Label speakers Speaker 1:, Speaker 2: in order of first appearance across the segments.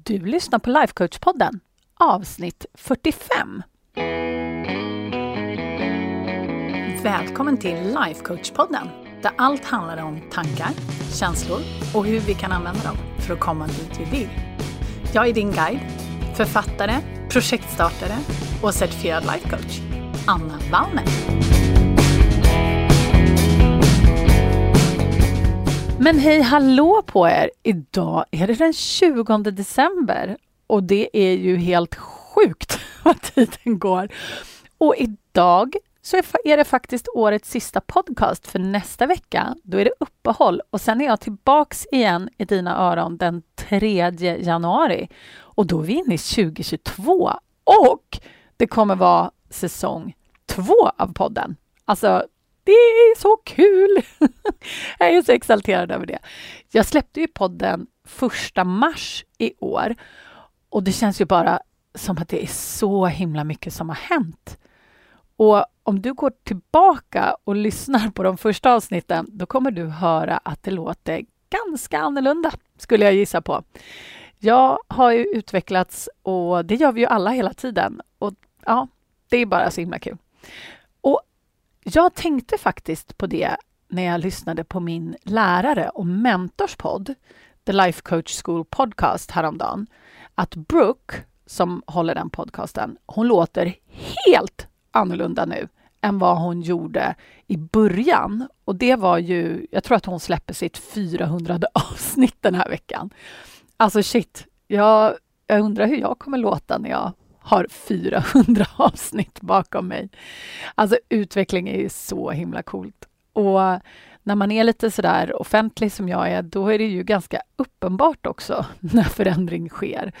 Speaker 1: Du lyssnar på Lifecoach-podden, avsnitt 45. Välkommen till Lifecoach-podden, där allt handlar om tankar, känslor och hur vi kan använda dem för att komma dit vi vill. Jag är din guide, författare, projektstartare och certifierad lifecoach, Anna Wallner. Men hej, hallå på er! Idag är det den 20 december och det är ju helt sjukt vad tiden går. Och idag så är det faktiskt årets sista podcast, för nästa vecka då är det uppehåll och sen är jag tillbaks igen i dina öron den 3 januari. Och då är vi inne i 2022 och det kommer vara säsong 2 av podden. Alltså, det är så kul! Jag är så exalterad över det. Jag släppte ju podden 1 mars i år och det känns ju bara som att det är så himla mycket som har hänt. Och om du går tillbaka och lyssnar på de första avsnitten, då kommer du höra att det låter ganska annorlunda, skulle jag gissa på. Jag har ju utvecklats och det gör vi ju alla hela tiden. Och ja, det är bara så himla kul. Och jag tänkte faktiskt på det när jag lyssnade på min lärare och mentorspodd, The Life Coach School Podcast häromdagen, att Brooke, som håller den podcasten, hon låter helt annorlunda nu än vad hon gjorde i början. Och det var ju, jag tror att hon släpper sitt 400:e avsnitt den här veckan. Alltså shit, jag undrar hur jag kommer låta när jag har 400 avsnitt bakom mig. Alltså utveckling är ju så himla coolt. Och när man är lite sådär offentlig som jag är, då är det ju ganska uppenbart också när förändring sker.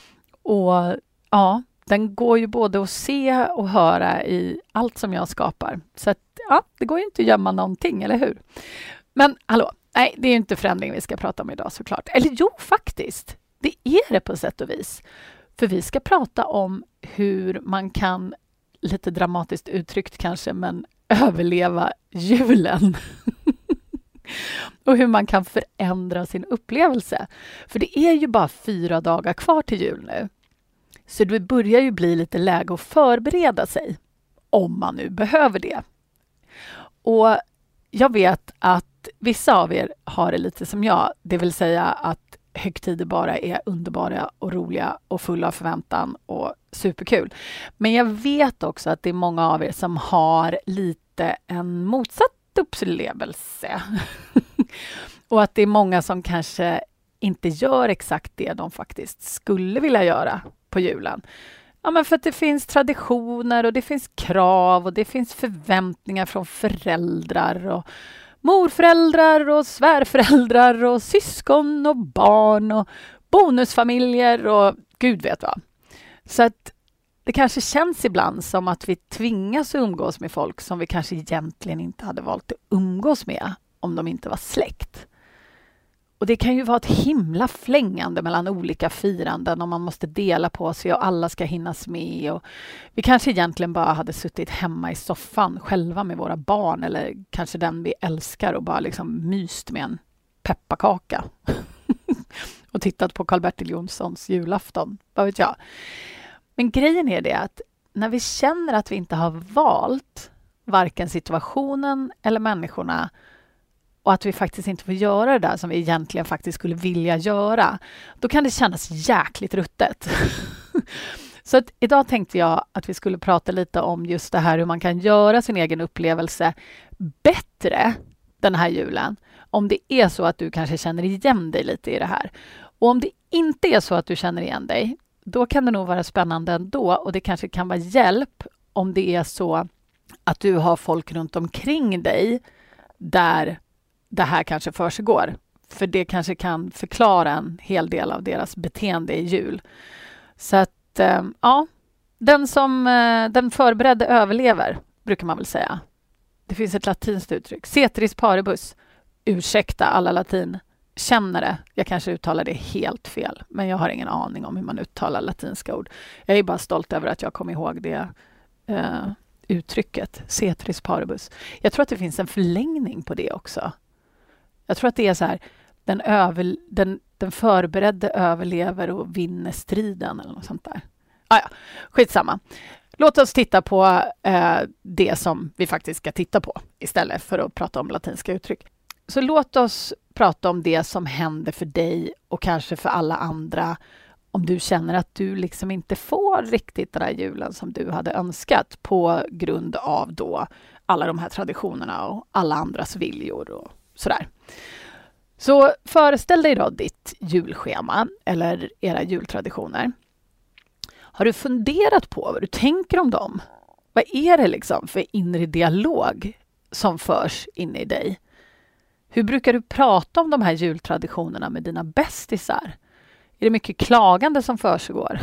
Speaker 1: Och ja, den går ju både att se och höra i allt som jag skapar. Så att, ja, det går ju inte att gömma någonting, eller hur? Men hallå, nej, det är ju inte förändring vi ska prata om idag såklart. Eller jo, faktiskt. Det är det på sätt och vis. För vi ska prata om hur man kan, lite dramatiskt uttryckt kanske, men överleva julen. Och hur man kan förändra sin upplevelse. För det är ju bara 4 dagar kvar till jul nu. Så det börjar ju bli lite läge att förbereda sig, om man nu behöver det. Och jag vet att vissa av er har det lite som jag, det vill säga att högtider bara är underbara och roliga och fulla av förväntan och superkul. Men jag vet också att det är många av er som har lite en motsatt upplevelse. Och att det är många som kanske inte gör exakt det de faktiskt skulle vilja göra på julen. Ja, men för att det finns traditioner och det finns krav och det finns förväntningar från föräldrar och morföräldrar och svärföräldrar och syskon och barn och bonusfamiljer och gud vet vad. Så att det kanske känns ibland som att vi tvingas umgås med folk som vi kanske egentligen inte hade valt att umgås med om de inte var släkt. Och det kan ju vara ett himla flängande mellan olika firanden om man måste dela på sig och alla ska hinnas med. Och vi kanske egentligen bara hade suttit hemma i soffan själva med våra barn eller kanske den vi älskar och bara liksom myst med en pepparkaka. Och tittat på Karl-Bertil Jonssons julafton, vad vet jag. Men grejen är det att när vi känner att vi inte har valt varken situationen eller människorna och att vi faktiskt inte får göra det där som vi egentligen faktiskt skulle vilja göra, då kan det kännas jäkligt ruttet. Så att idag tänkte jag att vi skulle prata lite om just det här hur man kan göra sin egen upplevelse bättre den här julen. Om det är så att du kanske känner igen dig lite i det här. Och om det inte är så att du känner igen dig, då kan det nog vara spännande ändå och det kanske kan vara hjälp om det är så att du har folk runt omkring dig där det här kanske försiggår. För det kanske kan förklara en hel del av deras beteende i jul. Så att, ja, den förberedde överlever, brukar man väl säga. Det finns ett latinskt uttryck. Ceteris paribus. Ursäkta alla latinkännare. Jag kanske uttalar det helt fel, men jag har ingen aning om hur man uttalar latinska ord. Jag är bara stolt över att jag kom ihåg det uttrycket. Ceteris paribus. Jag tror att det finns en förlängning på det också. Jag tror att det är så här, den förberedde överlever och vinner striden eller något sånt där. Skitsamma. Låt oss titta på det som vi faktiskt ska titta på istället för att prata om latinska uttryck. Så låt oss prata om det som händer för dig och kanske för alla andra om du känner att du liksom inte får riktigt den här julen som du hade önskat på grund av då alla de här traditionerna och alla andras viljor och sådär. Så föreställ dig då ditt julschema eller era jultraditioner. Har du funderat på vad du tänker om dem? Vad är det liksom för inre dialog som förs in i dig? Hur brukar du prata om de här jultraditionerna med dina bästisar? Är det mycket klagande som försiggår?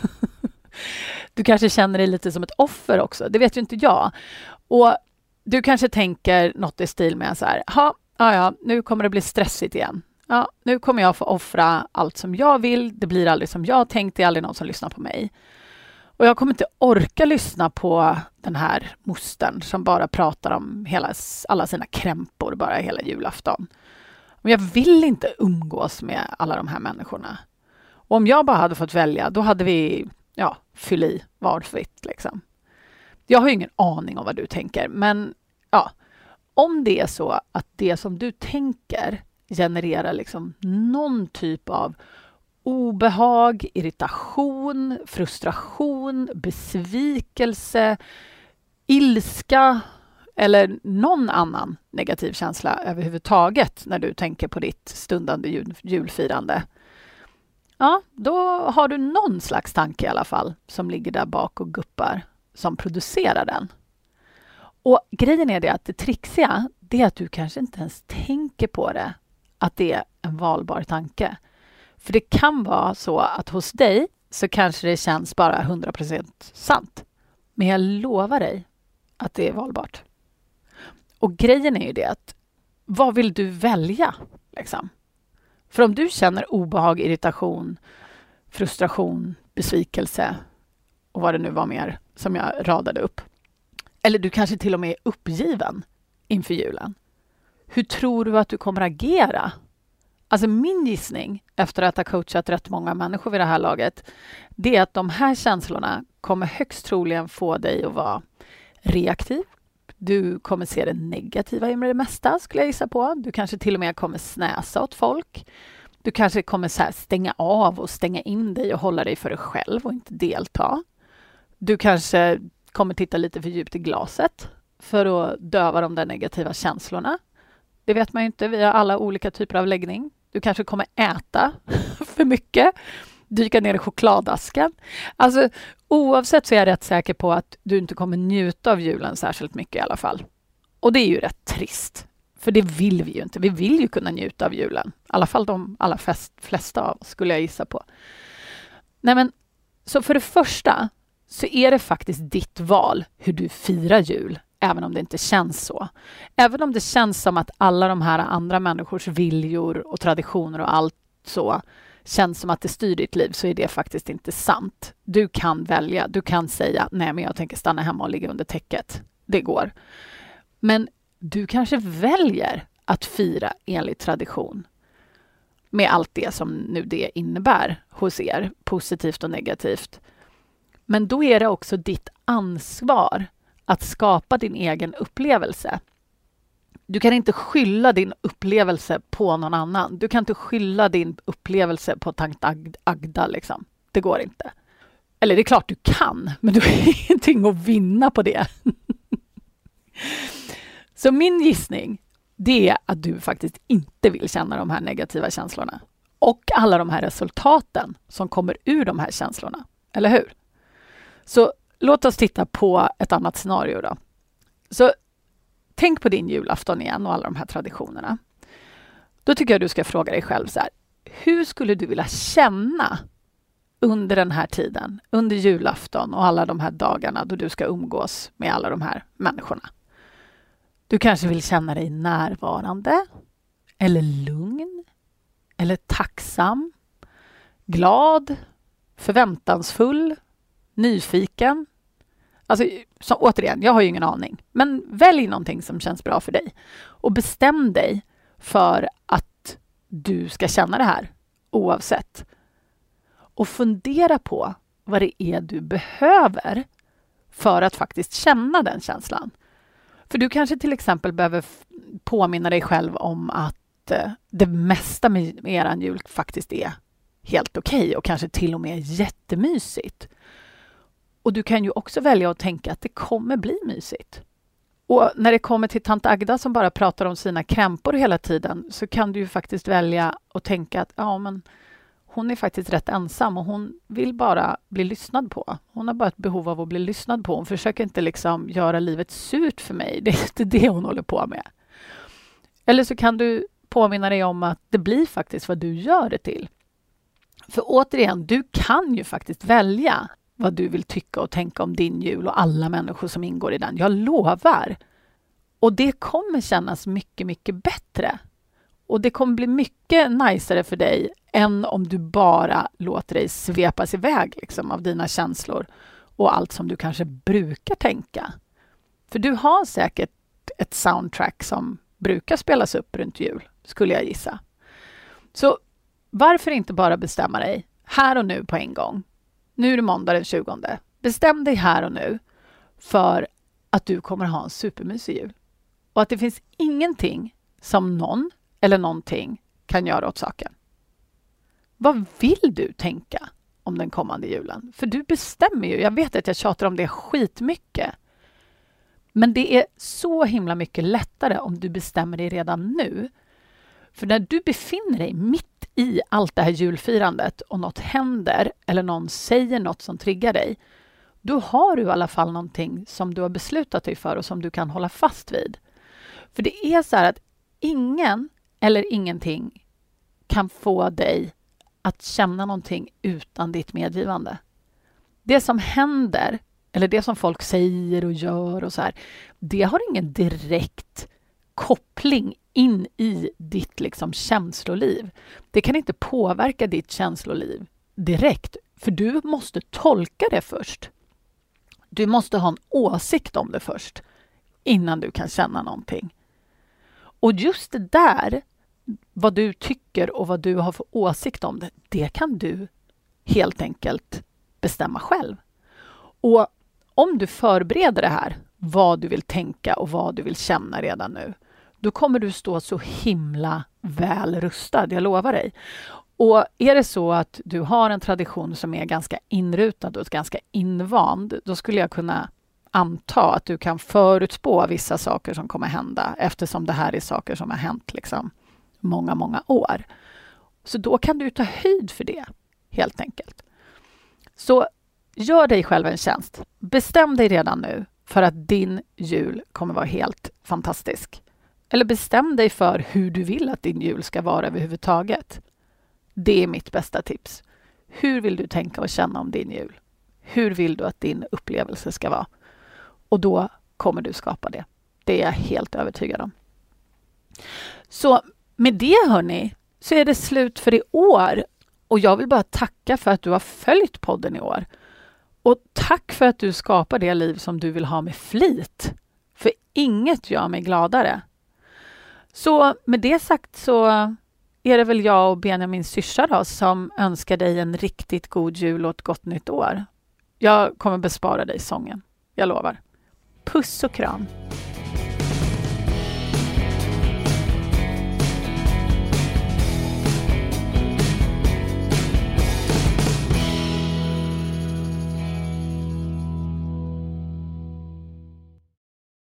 Speaker 1: Du kanske känner dig lite som ett offer också. Det vet ju inte jag. Och du kanske tänker något i stil med så här. Nu kommer det bli stressigt igen. Ja, nu kommer jag få offra allt som jag vill. Det blir aldrig som jag tänkt. Det är aldrig någon som lyssnar på mig. Och jag kommer inte orka lyssna på den här mostern som bara pratar om alla sina krämpor bara hela julafton. Men jag vill inte umgås med alla de här människorna. Och om jag bara hade fått välja, då hade vi fyll i valfritt. Liksom. Jag har ju ingen aning om vad du tänker, men om det är så att det som du tänker genererar liksom någon typ av obehag, irritation, frustration, besvikelse, ilska eller någon annan negativ känsla överhuvudtaget när du tänker på ditt stundande julfirande. Ja, då har du någon slags tanke i alla fall som ligger där bak och guppar som producerar den. Och grejen är det att det trixiga, det är att du kanske inte ens tänker på det, att det är en valbar tanke. För det kan vara så att hos dig så kanske det känns bara 100% sant. Men jag lovar dig att det är valbart. Och grejen är ju det att vad vill du välja? Liksom? För om du känner obehag, irritation, frustration, besvikelse och vad det nu var mer som jag radade upp. Eller du kanske till och med är uppgiven inför julen. Hur tror du att du kommer agera? Alltså min gissning efter att ha coachat rätt många människor vid det här laget, det är att de här känslorna kommer högst troligen få dig att vara reaktiv. Du kommer se det negativa i det mesta, skulle jag gissa på. Du kanske till och med kommer snäsa åt folk. Du kanske kommer så här stänga av och stänga in dig och hålla dig för dig själv och inte delta. Du kanske kommer titta lite för djupt i glaset för att döva de där negativa känslorna. Det vet man ju inte. Vi har alla olika typer av läggning. Du kanske kommer äta för mycket. Dyka ner i chokladasken. Alltså oavsett så är jag rätt säker på att du inte kommer njuta av julen särskilt mycket i alla fall. Och det är ju rätt trist. För det vill vi ju inte. Vi vill ju kunna njuta av julen. I alla fall de allra flesta av oss skulle jag gissa på. Nej men, så för det första så är det faktiskt ditt val hur du firar jul. Även om det inte känns så. Även om det känns som att alla de här andra människors viljor och traditioner och allt så känns som att det styr ditt liv, så är det faktiskt inte sant. Du kan välja. Du kan säga, nej men jag tänker stanna hemma och ligga under täcket. Det går. Men du kanske väljer att fira enligt tradition. Med allt det som nu det innebär hos er, positivt och negativt. Men då är det också ditt ansvar att skapa din egen upplevelse. Du kan inte skylla din upplevelse på någon annan. Du kan inte skylla din upplevelse på tant Agda. Liksom. Det går inte. Eller det är klart du kan, men du har ingenting att vinna på det. Så min gissning, det är att du faktiskt inte vill känna de här negativa känslorna. Och alla de här resultaten som kommer ur de här känslorna. Eller hur? Så låt oss titta på ett annat scenario då. Så tänk på din julafton igen och alla de här traditionerna. Då tycker jag du ska fråga dig själv så här. Hur skulle du vilja känna under den här tiden? Under julafton och alla de här dagarna då du ska umgås med alla de här människorna. Du kanske vill känna dig närvarande. Eller lugn. Eller tacksam. Glad. Förväntansfull. Nyfiken. Alltså, så, återigen, jag har ju ingen aning. Men välj någonting som känns bra för dig. Och bestäm dig för att du ska känna det här oavsett. Och fundera på vad det är du behöver för att faktiskt känna den känslan. För du kanske till exempel behöver påminna dig själv om att det mesta med eran jul faktiskt är helt okej och kanske till och med jättemysigt. Och du kan ju också välja att tänka att det kommer bli mysigt. Och när det kommer till tant Agda som bara pratar om sina krämpor hela tiden, så kan du ju faktiskt välja att tänka att men hon är faktiskt rätt ensam och hon vill bara bli lyssnad på. Hon har bara ett behov av att bli lyssnad på. Hon försöker inte liksom göra livet surt för mig. Det är inte det hon håller på med. Eller så kan du påminna dig om att det blir faktiskt vad du gör det till. För återigen, du kan ju faktiskt välja vad du vill tycka och tänka om din jul och alla människor som ingår i den. Jag lovar. Och det kommer kännas mycket, mycket bättre. Och det kommer bli mycket najsare för dig än om du bara låter dig svepas iväg liksom, av dina känslor och allt som du kanske brukar tänka. För du har säkert ett soundtrack som brukar spelas upp runt jul, skulle jag gissa. Så varför inte bara bestämma dig här och nu på en gång? Nu är det måndag den 20. Bestäm dig här och nu för att du kommer ha en supermysig jul. Och att det finns ingenting som någon eller någonting kan göra åt saken. Vad vill du tänka om den kommande julen? För du bestämmer ju. Jag vet att jag tjatar om det skitmycket. Men det är så himla mycket lättare om du bestämmer dig redan nu. För när du befinner dig mitt i allt det här julfirandet och något händer eller någon säger något som triggar dig, då har du i alla fall någonting som du har beslutat dig för och som du kan hålla fast vid. För det är så här att ingen eller ingenting kan få dig att känna någonting utan ditt medgivande. Det som händer, eller det som folk säger och gör och så här, det har ingen direkt koppling in i ditt liksom känsloliv. Det kan inte påverka ditt känsloliv direkt, för du måste tolka det först. Du måste ha en åsikt om det först innan du kan känna någonting. Och just det där, vad du tycker och vad du har för åsikt om det, det kan du helt enkelt bestämma själv. Och om du förbereder det här, vad du vill tänka och vad du vill känna redan nu, då kommer du stå så himla väl rustad, jag lovar dig. Och är det så att du har en tradition som är ganska inrutad och ganska invand, då skulle jag kunna anta att du kan förutspå vissa saker som kommer hända, eftersom det här är saker som har hänt liksom många, många år. Så då kan du ta höjd för det, helt enkelt. Så gör dig själv en tjänst. Bestäm dig redan nu för att din jul kommer vara helt fantastisk. Eller bestäm dig för hur du vill att din jul ska vara överhuvudtaget. Det är mitt bästa tips. Hur vill du tänka och känna om din jul? Hur vill du att din upplevelse ska vara? Och då kommer du skapa det. Det är jag helt övertygad om. Så med det, hörni, så är det slut för i år. Och jag vill bara tacka för att du har följt podden i år. Och tack för att du skapar det liv som du vill ha med flit. För inget gör mig gladare. Så med det sagt så är det väl jag och Benjamin syrsa då som önskar dig en riktigt god jul och ett gott nytt år. Jag kommer bespara dig sången. Jag lovar. Puss och kram.